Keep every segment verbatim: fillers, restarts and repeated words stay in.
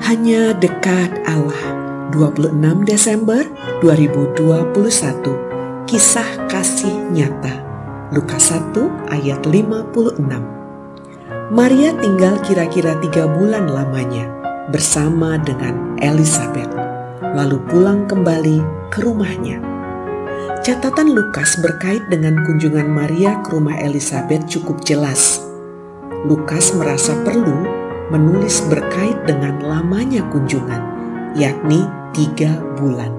Hanya dekat Allah. dua puluh enam Desember dua ribu dua puluh satu. Kisah kasih nyata. Lukas satu ayat lima puluh enam. Maria tinggal kira-kira tiga bulan lamanya bersama dengan Elizabeth, lalu pulang kembali ke rumahnya. Catatan Lukas berkait dengan kunjungan Maria ke rumah Elizabeth cukup jelas. Lukas merasa perlu menulis berkait dengan lamanya kunjungan, yakni tiga bulan.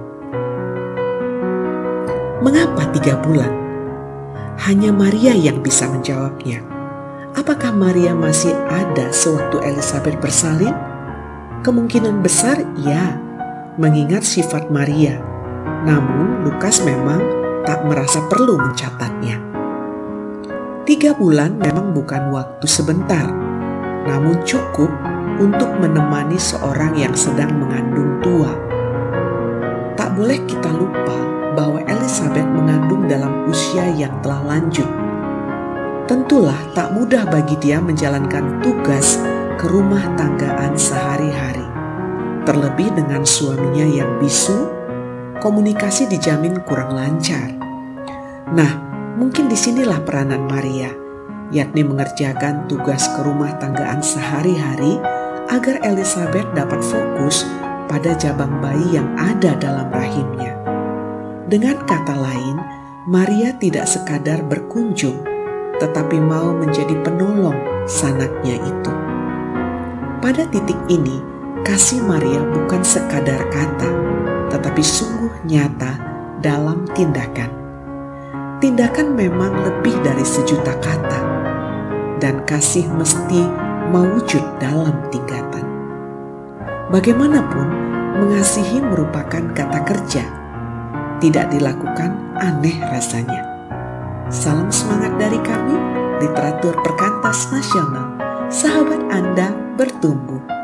Mengapa tiga bulan? Hanya Maria yang bisa menjawabnya. Apakah Maria masih ada sewaktu Elizabeth bersalin? Kemungkinan besar ya, mengingat sifat Maria. Namun Lukas memang tak merasa perlu mencatatnya. Tiga bulan memang bukan waktu sebentar, namun cukup untuk menemani seorang yang sedang mengandung tua. Tak boleh kita lupa bahwa Elizabeth mengandung dalam usia yang telah lanjut. Tentulah tak mudah bagi dia menjalankan tugas ke rumah tanggaan sehari-hari. Terlebih dengan suaminya yang bisu, komunikasi dijamin kurang lancar. Nah, mungkin disinilah peranan Maria, yakni mengerjakan tugas ke rumah tanggaan sehari-hari agar Elizabeth dapat fokus pada jabang bayi yang ada dalam rahimnya. Dengan kata lain, Maria tidak sekadar berkunjung, tetapi mau menjadi penolong sanaknya itu. Pada titik ini, kasih Maria bukan sekadar kata, tetapi sungguh nyata dalam tindakan. Tindakan memang lebih dari sejuta kata, dan kasih mesti mewujud dalam tindakan. Bagaimanapun, mengasihi merupakan kata kerja. Tidak dilakukan aneh rasanya. Salam semangat dari kami, Literatur Perkantas Nasional. Sahabat Anda bertumbuh.